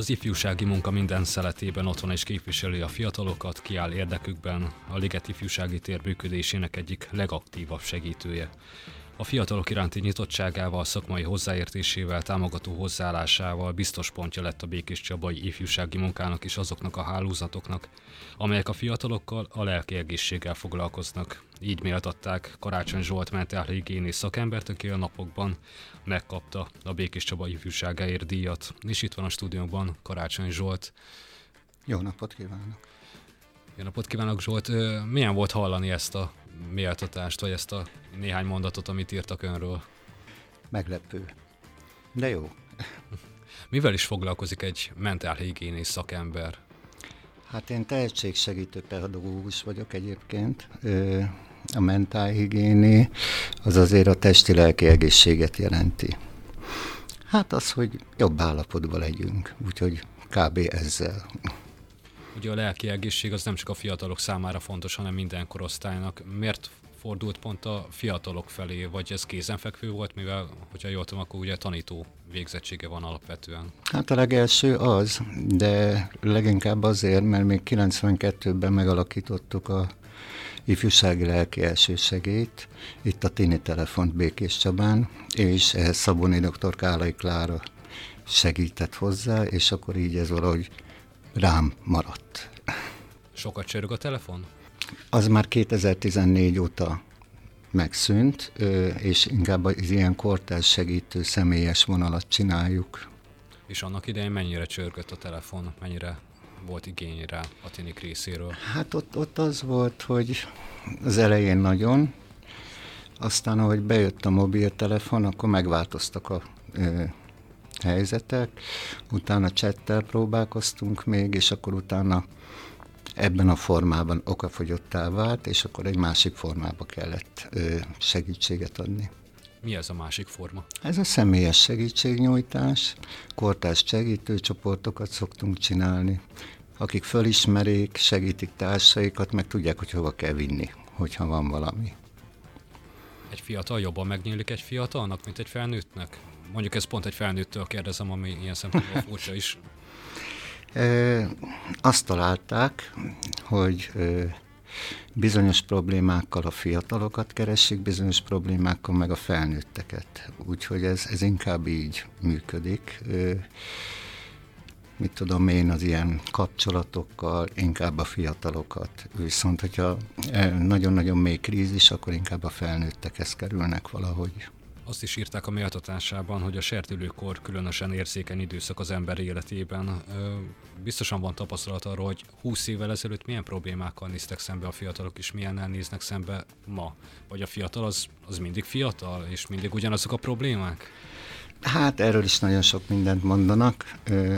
Az ifjúsági munka minden szeletében otthon is képviseli a fiatalokat, kiáll érdekükben, a Liget ifjúsági tér működésének egyik legaktívabb segítője. A fiatalok iránti nyitottságával, szakmai hozzáértésével, támogató hozzáállásával biztos pontja lett a békéscsabai ifjúsági munkának és azoknak a hálózatoknak, amelyek a fiatalokkal, a lelki egészséggel foglalkoznak. Így méltatták Karácsony Zsolt mentálhigiénész szakembert, aki a napokban megkapta a Békéscsaba ifjúságáért díjat. És itt van a stúdióban Karácsony Zsolt. Jó napot kívánok! Jó napot kívánok, Zsolt! Milyen volt hallani ezt a méltatást, vagy ezt a néhány mondatot, amit írtak önről? Meglepő, de jó. Mivel is foglalkozik egy mentálhigiénész szakember? Hát én tehetségsegítő pedagógus vagyok egyébként. A mentálhigiéné az azért a testi-lelki egészséget jelenti. Hát az, hogy jobb állapotban legyünk, úgyhogy kb. Ezzel. Ugye a lelki egészség az nem csak a fiatalok számára fontos, hanem minden korosztálynak. Miért fordult pont a fiatalok felé, vagy ez kézenfekvő volt, mivel, hogyha jól tudom, akkor ugye tanító végzettsége van alapvetően? Hát a legelső az, de leginkább azért, mert még 92-ben megalakítottuk a ifjúsági lelki elsősegélyt, itt a Tini Telefont Békéscsabán, és ehhez Szabóni dr. Kálai Klára segített hozzá, és akkor így ez valahogy rám maradt. Sokat csörög a telefon? Az már 2014 óta megszűnt, és inkább az ilyen kortárs segítő személyes vonalat csináljuk. És annak idején mennyire csörgött a telefon, mennyire volt igény rá a tinik részéről? Hát ott az volt, hogy az elején nagyon, aztán ahogy bejött a mobiltelefon, akkor megváltoztak a helyzetek, utána chattel próbálkoztunk még, és akkor utána ebben a formában okafogyottá vált, és akkor egy másik formába kellett segítséget adni. Mi ez a másik forma? Ez a személyes segítségnyújtás, kortárs segítőcsoportokat szoktunk csinálni, akik fölismerik, segítik társaikat, meg tudják, hogy hova kell vinni, hogyha van valami. Egy fiatal jobban megnyílik egy fiatalnak, mint egy felnőttnek? Mondjuk ez pont egy felnőttől kérdezem, ami ilyen szempontból furcsa is. Azt találták, hogy bizonyos problémákkal a fiatalokat keresik, bizonyos problémákkal meg a felnőtteket. Úgyhogy ez inkább így működik. Mit tudom én, az ilyen kapcsolatokkal inkább a fiatalokat. Viszont, hogyha nagyon-nagyon mély krízis, akkor inkább a felnőttekhez kerülnek valahogy. Azt is írták a méltatásában, hogy a serdülőkor különösen érzékeny időszak az ember életében. Biztosan van tapasztalat arról, hogy 20 évvel ezelőtt milyen problémákkal néztek szembe a fiatalok, és milyennel néznek szembe ma? Vagy a fiatal az mindig fiatal, és mindig ugyanazok a problémák? Hát erről is nagyon sok mindent mondanak.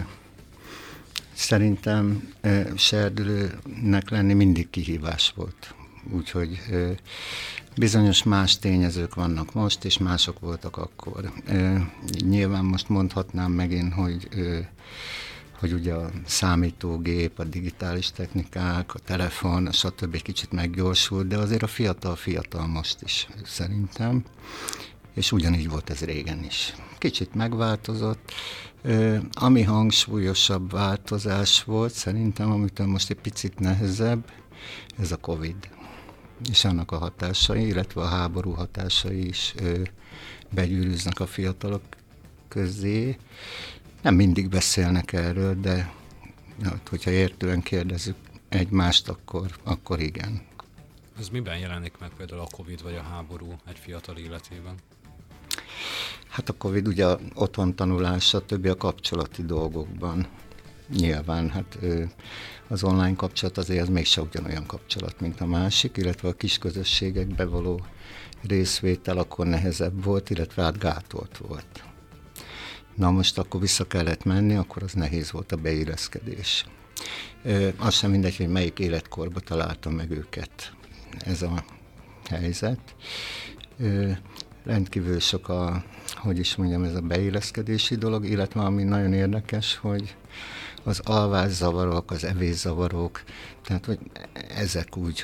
Szerintem serdülőnek lenni mindig kihívás volt. Úgyhogy bizonyos más tényezők vannak most, és mások voltak akkor. Nyilván most mondhatnám megint, hogy ugye a számítógép, a digitális technikák, a telefon, stb. Kicsit meggyorsult, de azért a fiatal most is szerintem. És ugyanígy volt ez régen is. Kicsit megváltozott. Ami hangsúlyosabb változás volt, szerintem, amitől most egy picit nehezebb, ez a Covid. És annak a hatásai, illetve a háború hatásai is begyűrűznek a fiatalok közé. Nem mindig beszélnek erről, de hogyha értően kérdezzük egymást, akkor igen. Ez miben jelenik meg például a Covid vagy a háború egy fiatal életében? Hát a Covid ugye otthon tanulása, többi a kapcsolati dolgokban. Nyilván, hát az online kapcsolat azért az mégse ugyanolyan kapcsolat, mint a másik, illetve a kis közösségekbe való részvétel akkor nehezebb volt, illetve hát gátolt volt. Na most akkor vissza kellett menni, akkor az nehéz volt a beilleszkedés. Az sem mindegy, hogy melyik életkorba találtam meg őket ez a helyzet. Rendkívül sok ez a beilleszkedési dolog, illetve ami nagyon érdekes, hogy az alvászavarok, az evészavarok, tehát hogy ezek úgy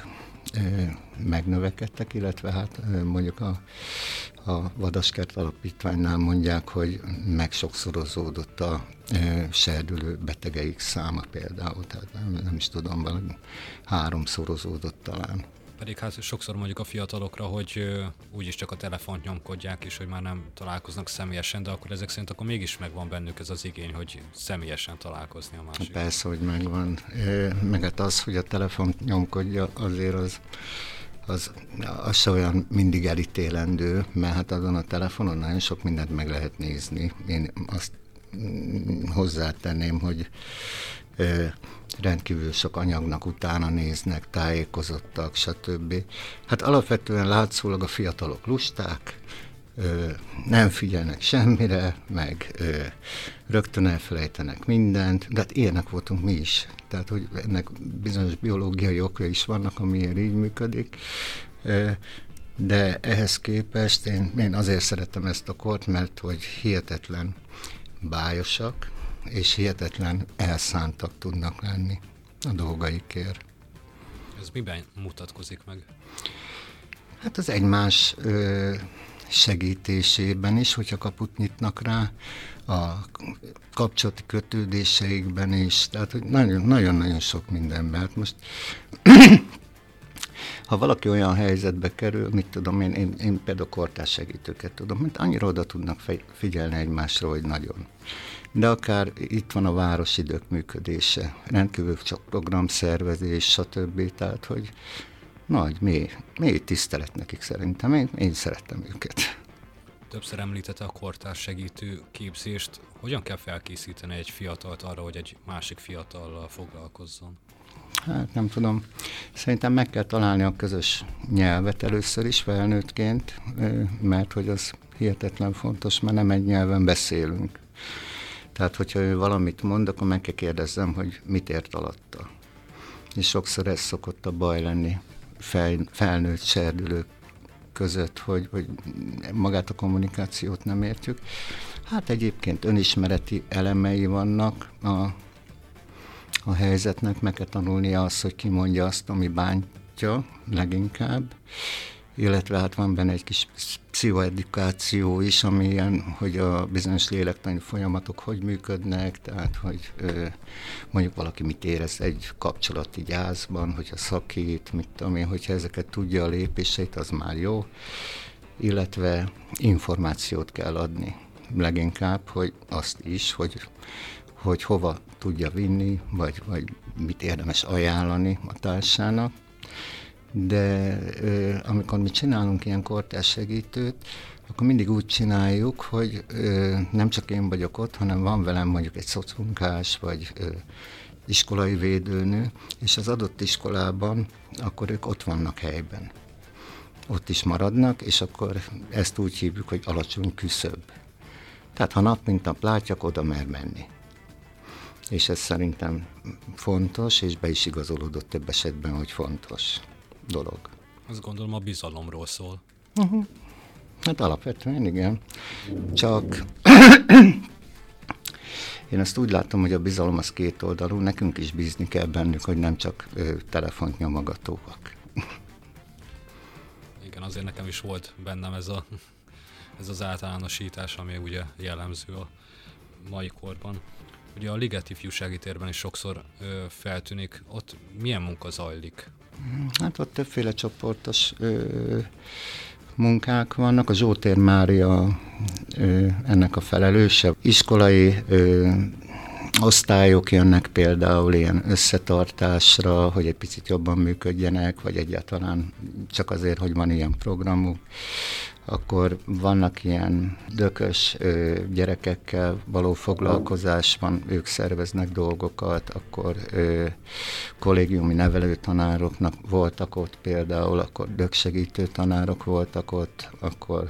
megnövekedtek, illetve hát mondjuk a Vadaskert Alapítványnál mondják, hogy megsokszorozódott a serdülő betegeik száma például, tehát nem is tudom, valami 3-szorozódott talán. Pedig hát sokszor mondjuk a fiatalokra, hogy úgyis csak a telefont nyomkodják, és hogy már nem találkoznak személyesen, de akkor ezek szerint akkor mégis megvan bennük ez az igény, hogy személyesen találkozni a másik. Persze, hogy megvan. Meg hát az, hogy a telefont nyomkodja, azért az se olyan mindig elítélendő, mert hát azon a telefonon nagyon sok mindent meg lehet nézni. Én azt hozzátenném, hogy rendkívül sok anyagnak utána néznek, tájékozottak, stb. Hát alapvetően látszólag a fiatalok lusták, nem figyelnek semmire, meg rögtön elfelejtenek mindent, de hát ilyenek voltunk mi is. Tehát, hogy ennek bizonyos biológiai okai is vannak, amiért így működik. De ehhez képest én azért szeretem ezt a kort, mert hogy hihetetlen bájosak, és hihetetlen elszántak tudnak lenni a dolgaikért. Ez miben mutatkozik meg? Hát az egymás segítésében is, hogyha kaput nyitnak rá, a kapcsolati kötődéseikben is, tehát hogy nagyon-nagyon sok mindenben. Hát most ha valaki olyan helyzetbe kerül, mit tudom én például kortárs segítőket tudom, mert annyira oda tudnak figyelni egymásra, hogy nagyon. De akár itt van a városidők működése, rendkívül sok programszervezés, stb. Tehát, hogy nagy, mély tisztelet nekik szerintem. Én szerettem őket. Többször említette a kortárs segítő képzést. Hogyan kell felkészíteni egy fiatalt arra, hogy egy másik fiatallal foglalkozzon? Hát nem tudom. Szerintem meg kell találni a közös nyelvet először is felnőttként, mert hogy az hihetetlen fontos, mert nem egy nyelven beszélünk. Tehát, hogyha ő valamit mond, akkor meg kell kérdezzem, hogy mit ért alatta. És sokszor ez szokott a baj lenni felnőtt serdülők között, hogy magát a kommunikációt nem értjük. Hát egyébként önismereti elemei vannak a helyzetnek, meg kell tanulnia azt, hogy ki mondja azt, ami bántja leginkább, illetve hát van benne egy kis pszichoedukáció is, ami ilyen, hogy a bizonyos lélektani folyamatok hogy működnek, tehát hogy mondjuk valaki mit érez egy kapcsolati gyászban, hogyha szakít, mit tudom én, hogyha ezeket tudja a lépéseit, az már jó, illetve információt kell adni leginkább, hogy azt is, hogy hova tudja vinni, vagy mit érdemes ajánlani a társának. De amikor mi csinálunk ilyen kortárs segítőt, akkor mindig úgy csináljuk, hogy nem csak én vagyok ott, hanem van velem mondjuk egy szocmunkás, vagy iskolai védőnő, és az adott iskolában akkor ők ott vannak helyben. Ott is maradnak, és akkor ezt úgy hívjuk, hogy alacsony küszöb. Tehát ha nap mint nap látjak, oda mer menni. És ez szerintem fontos, és be is igazolódott több esetben, hogy fontos dolog. Azt gondolom a bizalomról szól. Hát alapvetően igen. Csak én azt úgy látom, hogy a bizalom az kétoldalú, nekünk is bízni kell bennük, hogy nem csak telefont nyomogatóak. Igen, azért nekem is volt bennem ez az általánosítás, ami ugye jellemző a mai korban. Ugye a Ligeti Ifjúsági Térben is sokszor feltűnik, ott milyen munka zajlik? Hát ott többféle csoportos munkák vannak. A Zsótér Mária ennek a felelőse. Iskolai osztályok jönnek például ilyen összetartásra, hogy egy picit jobban működjenek, vagy egyáltalán csak azért, hogy van ilyen programuk. Akkor vannak ilyen dökös gyerekekkel való foglalkozásban, ők szerveznek dolgokat, akkor kollégiumi nevelőtanároknak voltak ott például, akkor döksegítő tanárok voltak ott, akkor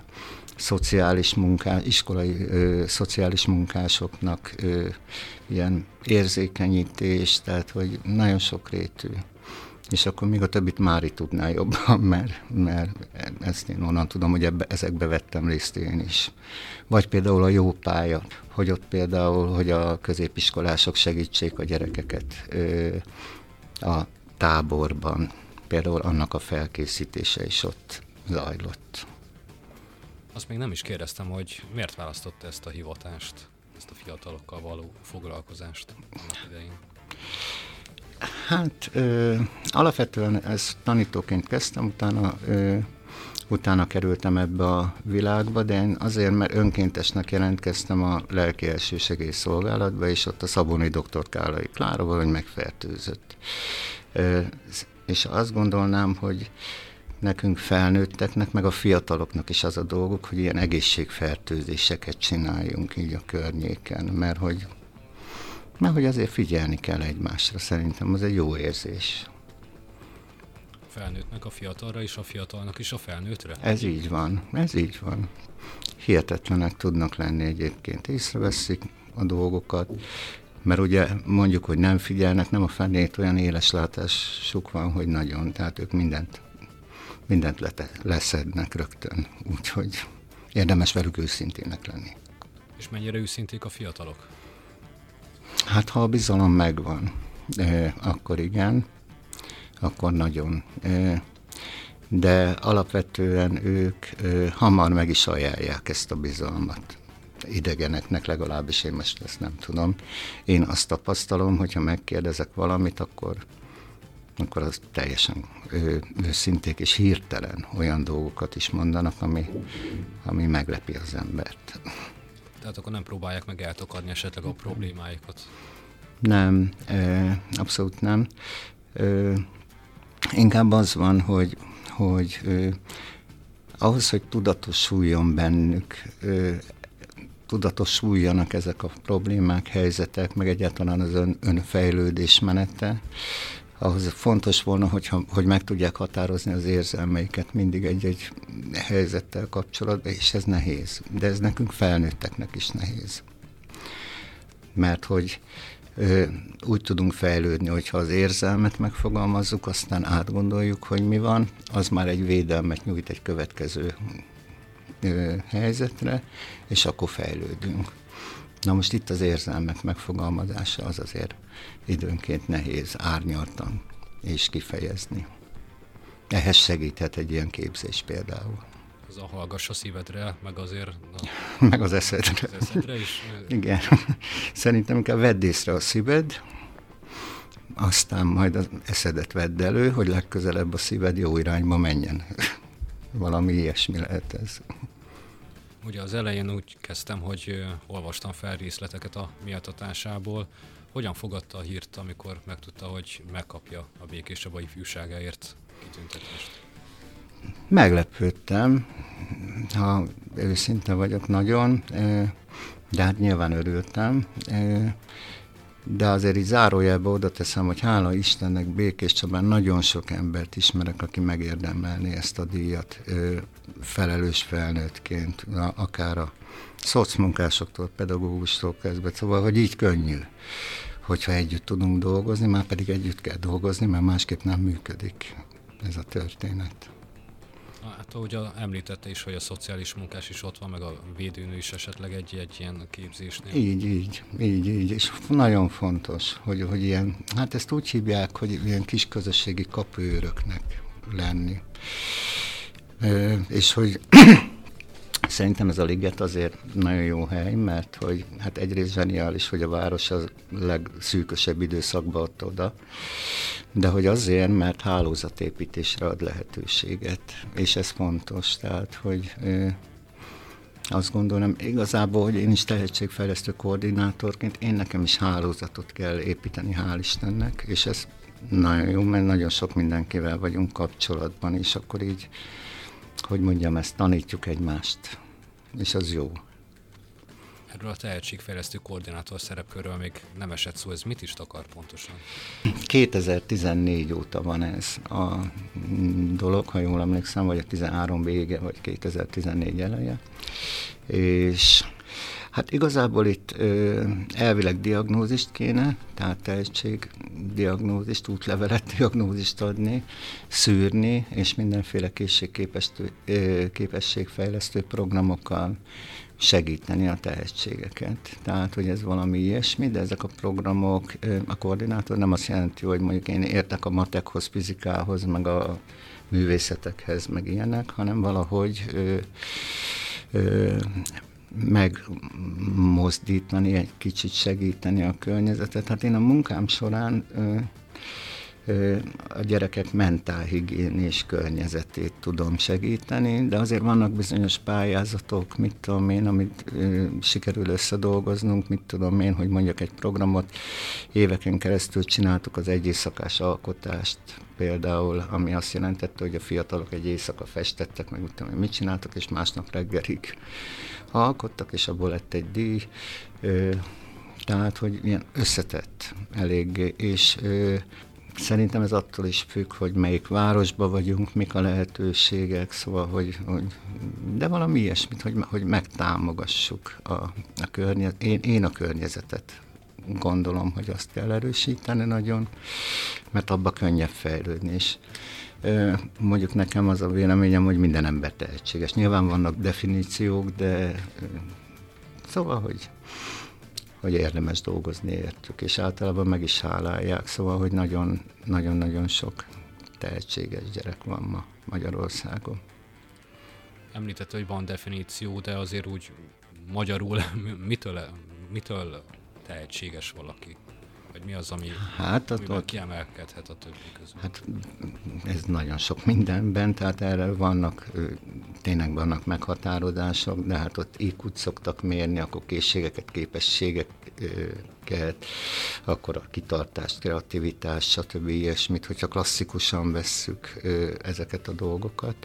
iskolai szociális munkásoknak ilyen érzékenyítés, tehát hogy nagyon sokrétű. És akkor még a többit Mári tudná jobban, mert ezt én onnan tudom, hogy ezekbe vettem részt én is. Vagy például a Jó Pálya, hogy ott például, hogy a középiskolások segítsék a gyerekeket a táborban. például annak a felkészítése is ott zajlott. Azt még nem is kérdeztem, hogy miért választotta ezt a hivatást, ezt a fiatalokkal való foglalkozást annak idején? Hát alapvetően ezt tanítóként kezdtem, utána kerültem ebbe a világba, de én azért, mert önkéntesnek jelentkeztem a lelki elsősegély szolgálatba, és ott a Szabóni dr. Kálai Klára valahogy megfertőzött. És azt gondolnám, hogy nekünk felnőtteknek, meg a fiataloknak is az a dolguk, hogy ilyen egészségfertőzéseket csináljunk így a környéken, mert hogy azért figyelni kell egymásra, szerintem az egy jó érzés. Felnőttnek a fiatalra és a fiatalnak is a felnőttre? Ez így van. Hihetetlenek tudnak lenni egyébként, észreveszik a dolgokat, mert ugye mondjuk, hogy nem figyelnek, nem a fenét, olyan éles látásuk van, hogy nagyon, tehát ők mindent leszednek rögtön, úgyhogy érdemes velük őszintének lenni. És mennyire őszinték a fiatalok? Hát ha a bizalom megvan, akkor igen, akkor nagyon. De alapvetően ők hamar meg is ajánlják ezt a bizalmat. Idegeneknek, legalábbis én most ezt nem tudom. Én azt tapasztalom, hogyha megkérdezek valamit, akkor az teljesen őszinték és hirtelen olyan dolgokat is mondanak, ami meglepi az embert. Tehát akkor nem próbálják meg eltakadni esetleg a problémáikat? Nem, abszolút nem. Inkább az van, hogy ahhoz, hogy tudatosuljon bennük, tudatosuljanak ezek a problémák, helyzetek, meg egyáltalán az önfejlődés menete, ahhoz fontos volna, hogy meg tudják határozni az érzelmeiket mindig egy helyzettel kapcsolatban, és ez nehéz. De ez nekünk felnőtteknek is nehéz. Mert hogy úgy tudunk fejlődni, hogyha az érzelmet megfogalmazzuk, aztán átgondoljuk, hogy mi van, az már egy védelmet nyújt egy következő helyzetre, és akkor fejlődünk. Na most itt az érzelmek megfogalmazása az azért időnként nehéz árnyaltan és kifejezni. Ehhez segíthet egy ilyen képzés például. Az a hallgass a szívedre, meg azért... meg az eszedre. Az eszedre is? Igen. Szerintem inkább vedd észre a szíved, aztán majd az eszedet vedd elő, hogy legközelebb a szíved jó irányba menjen. Valami ilyesmi lehet ez. Ugye az elején úgy kezdtem, hogy olvastam fel részleteket a miattatásából. Hogyan fogadta a hírt, amikor megtudta, hogy megkapja a Békés Csaba ifjúságáért kitüntetést? Meglepődtem, ha őszinte vagyok nagyon, de hát nyilván örültem. De azért így zárójelbe oda teszem, hogy hála Istennek Békés Csabán nagyon sok embert ismerek, aki megérdemelné ezt a díjat felelős felnőttként, akár a szocmunkásoktól, pedagógustól kezdve, szóval, hogy így könnyű, hogyha együtt tudunk dolgozni, már pedig együtt kell dolgozni, mert másképp nem működik ez a történet. Hát ahogy említette is, hogy a szociális munkás is ott van, meg a védőnő is esetleg egy ilyen képzésnél. Így. És nagyon fontos, hogy ilyen, hát ezt úgy hívják, hogy ilyen kis közösségi kapuőröknek lenni. És hogy szerintem ez a liget azért nagyon jó hely, mert hogy hát egyrészt zseniális, hogy a város a legszűkösebb időszakban ott oda, de hogy azért, mert hálózatépítésre ad lehetőséget, és ez fontos, tehát, hogy azt gondolom, igazából, hogy én is tehetségfejlesztő koordinátorként, nekem is hálózatot kell építeni, hál' Istennek, és ez nagyon jó, mert nagyon sok mindenkivel vagyunk kapcsolatban, és akkor így, hogy mondjam, ezt tanítjuk egymást, és az jó. Erről a tehetségfejlesztő koordinátor szerepkörről még nem esett szó, ez mit is takar pontosan? 2014 óta van ez a dolog, ha jól emlékszem, vagy a 13 vége, vagy 2014 eleje. És hát igazából itt elvileg diagnózist kéne, tehát tehetségdiagnózist, útlevelet diagnózist adni, szűrni, és mindenféle képességfejlesztő programokkal segíteni a tehetségeket. Tehát, hogy ez valami ilyesmi, de ezek a programok, a koordinátor nem azt jelenti, hogy mondjuk én értek a matekhoz, fizikához, meg a művészetekhez, meg ilyenek, hanem valahogy megmozdítani, egy kicsit segíteni a környezetet. Hát én a munkám során a gyerekek mentálhigiénés környezetét tudom segíteni, de azért vannak bizonyos pályázatok, mit tudom én, amit sikerül összedolgoznunk, mit tudom én, hogy mondjak egy programot. Éveken keresztül csináltuk az egy éjszakás alkotást például, ami azt jelentette, hogy a fiatalok egy éjszaka festettek, meg utána mit csináltak, és másnap reggelig alkottak, és abból lett egy díj. Tehát, hogy ilyen összetett eléggé, és szerintem ez attól is függ, hogy melyik városban vagyunk, mik a lehetőségek, szóval, hogy de valami ilyesmit, hogy megtámogassuk a környezetet. Én a környezetet gondolom, hogy azt kell erősíteni nagyon, mert abba könnyebb fejlődni is. Mondjuk nekem az a véleményem, hogy minden ember tehetséges. Nyilván vannak definíciók, de szóval, hogy érdemes dolgozni értük, és általában meg is hálálják, szóval, hogy nagyon-nagyon sok tehetséges gyerek van ma Magyarországon. Említette, hogy van definíció, de azért úgy magyarul mitől tehetséges valaki? Vagy mi az, amiben kiemelkedhet a többi közül? Hát ez nagyon sok mindenben, tehát erre tényleg vannak meghatározások, de hát ott IQ-t szoktak mérni, akkor készségeket, képességeket, akkor a kitartást, kreativitást, stb. Ilyesmit, hogyha klasszikusan vesszük ezeket a dolgokat.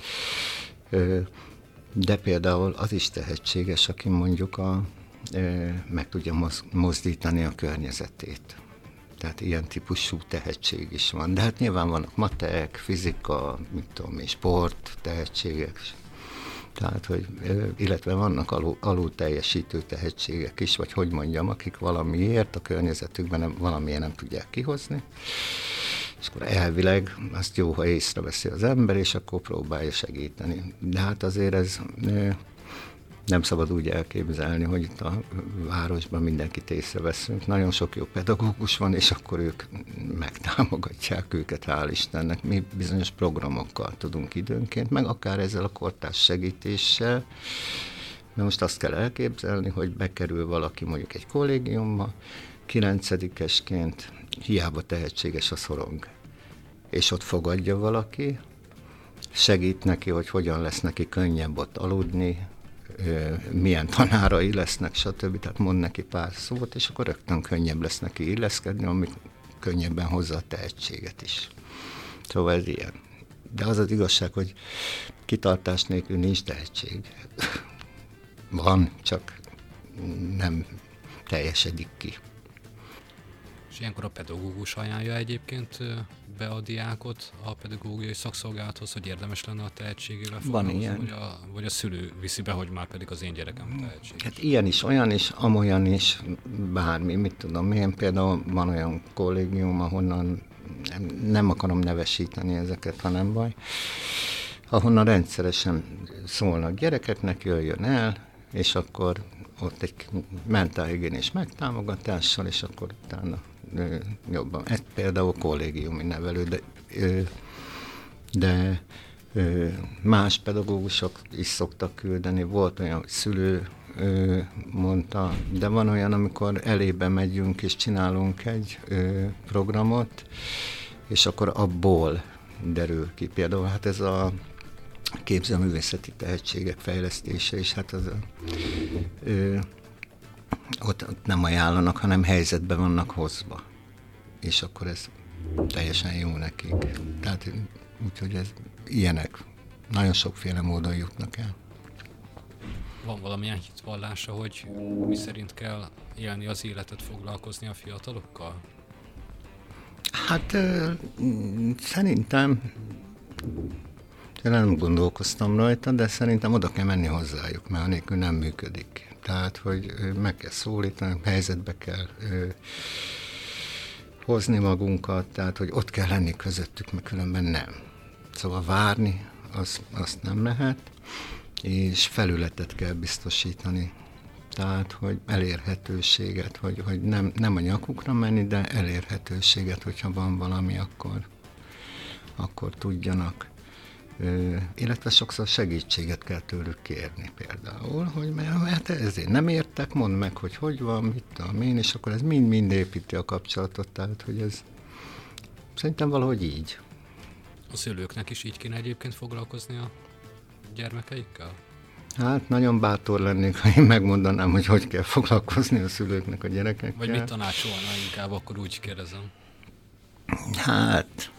De például az is tehetséges, aki mondjuk meg tudja mozdítani a környezetét. Tehát ilyen típusú tehetség is van. De hát nyilván vannak matek, fizika, sport tehetségek. Tehát, hogy, illetve vannak alul teljesítő tehetségek is, vagy hogy mondjam, akik valamiért a környezetükben valamiért nem tudják kihozni. És akkor elvileg azt jó, ha észreveszi az ember, és akkor próbálja segíteni. De hát azért ez nem szabad úgy elképzelni, hogy itt a városban mindenkit észreveszünk. Nagyon sok jó pedagógus van, és akkor ők megtámogatják őket, hál' Istennek. Mi bizonyos programokkal tudunk időnként, meg akár ezzel a kortárs segítéssel. De most azt kell elképzelni, hogy bekerül valaki mondjuk egy kollégiumba, 9-esként hiába tehetséges, a szorong. És ott fogadja valaki, segít neki, hogy hogyan lesz neki könnyebb ott aludni, milyen tanárai lesznek, stb. Tehát mond neki pár szót, és akkor rögtön könnyebb lesz neki illeszkedni, ami könnyebben hozza a tehetséget is. Szóval ez ilyen. De az az igazság, hogy kitartás nélkül nincs tehetség. Van, csak nem teljesedik ki. És ilyenkor a pedagógus ajánlja egyébként be a diákot a pedagógiai szakszolgálathoz, hogy érdemes lenne a tehetségével foglalkozni, vagy a szülő viszi be, hogy már pedig az én gyerekem tehetséges? Hát ilyen is, olyan is, amolyan is, bármi, mit tudom én. Például van olyan kollégium, ahonnan nem akarom nevesíteni ezeket, ha nem baj, ahonnan rendszeresen szólnak gyerekeknek, jöjjön el, és akkor ott egy mentálhigiénés megtámogatással, és akkor utána jobban. Ez például kollégiumi nevelő, de más pedagógusok is szoktak küldeni. Volt olyan, hogy szülő mondta, de van olyan, amikor elébe megyünk és csinálunk egy programot, és akkor abból derül ki. Például hát ez a képzőművészeti tehetségek fejlesztése, és hát az ott nem ajánlanak, hanem helyzetbe vannak hozva. És akkor ez teljesen jó nekik. Tehát úgyhogy ez ilyenek. Nagyon sokféle módon jutnak el. Van valamilyen hitvallása, hogy mi szerint kell élni az életet, foglalkozni a fiatalokkal? Hát szerintem nem gondolkoztam rajta, de szerintem oda kell menni hozzájuk, mert anélkül nem működik. Tehát, hogy meg kell szólítani, helyzetbe kell hozni magunkat, tehát, hogy ott kell lenni közöttük, mert különben nem. Szóval várni, azt nem lehet, és felületet kell biztosítani Tehát, hogy elérhetőséget, hogy nem a nyakukra menni, de elérhetőséget, hogyha van valami, akkor tudjanak. Illetve sokszor segítséget kell tőlük kérni például, hogy mert ezért nem értek, mondd meg, hogy van, mit tudom én, és akkor ez mind építi a kapcsolatot, tehát, hogy ez szerintem valahogy így. A szülőknek is így kéne egyébként foglalkozni a gyermekeikkel? Hát nagyon bátor lennék, ha én megmondanám, hogy kell foglalkozni a szülőknek a gyerekekkel. Vagy mit tanácsolna, inkább akkor úgy kérdezem. Hát,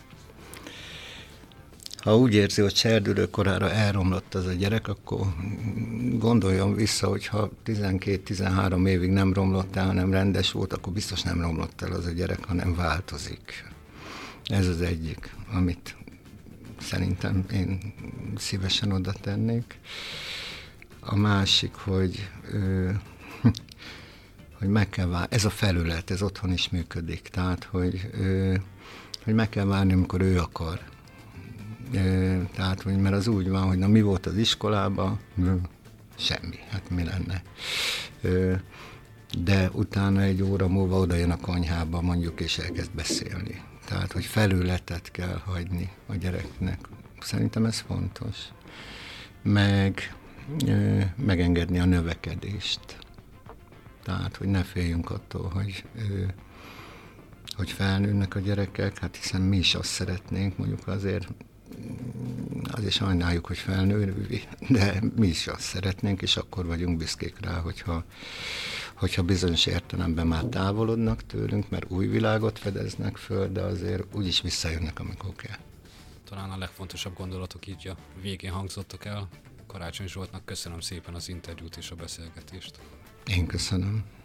ha úgy érzi, hogy serdülőkorára elromlott az a gyerek, akkor gondoljon vissza, hogy ha 12-13 évig nem romlott el, hanem rendes volt, akkor biztos nem romlott el az a gyerek, hanem változik. Ez az egyik, amit szerintem én szívesen oda tennék. A másik, hogy meg kell várni, ez a felület, ez otthon is működik, tehát, hogy meg kell várni, amikor ő akar. Tehát, hogy mert az úgy van, hogy na mi volt az iskolában? Semmi, hát mi lenne. De utána egy óra múlva oda jön a konyhába mondjuk, és elkezd beszélni. Tehát, hogy felületet kell hagyni a gyereknek. Szerintem ez fontos. Megengedni a növekedést. Tehát, hogy ne féljünk attól, hogy felnőnek a gyerekek, hát hiszen mi is azt szeretnénk, mondjuk azért sajnáljuk, hogy felnő, de mi is azt szeretnénk, és akkor vagyunk büszkék rá, hogyha bizonyos értelemben már távolodnak tőlünk, mert új világot fedeznek föl, de azért úgyis visszajönnek, amikor kell. Talán a legfontosabb gondolatok így a végén hangzottak el. Karácsony Zsoltnak köszönöm szépen az interjút és a beszélgetést. Én köszönöm.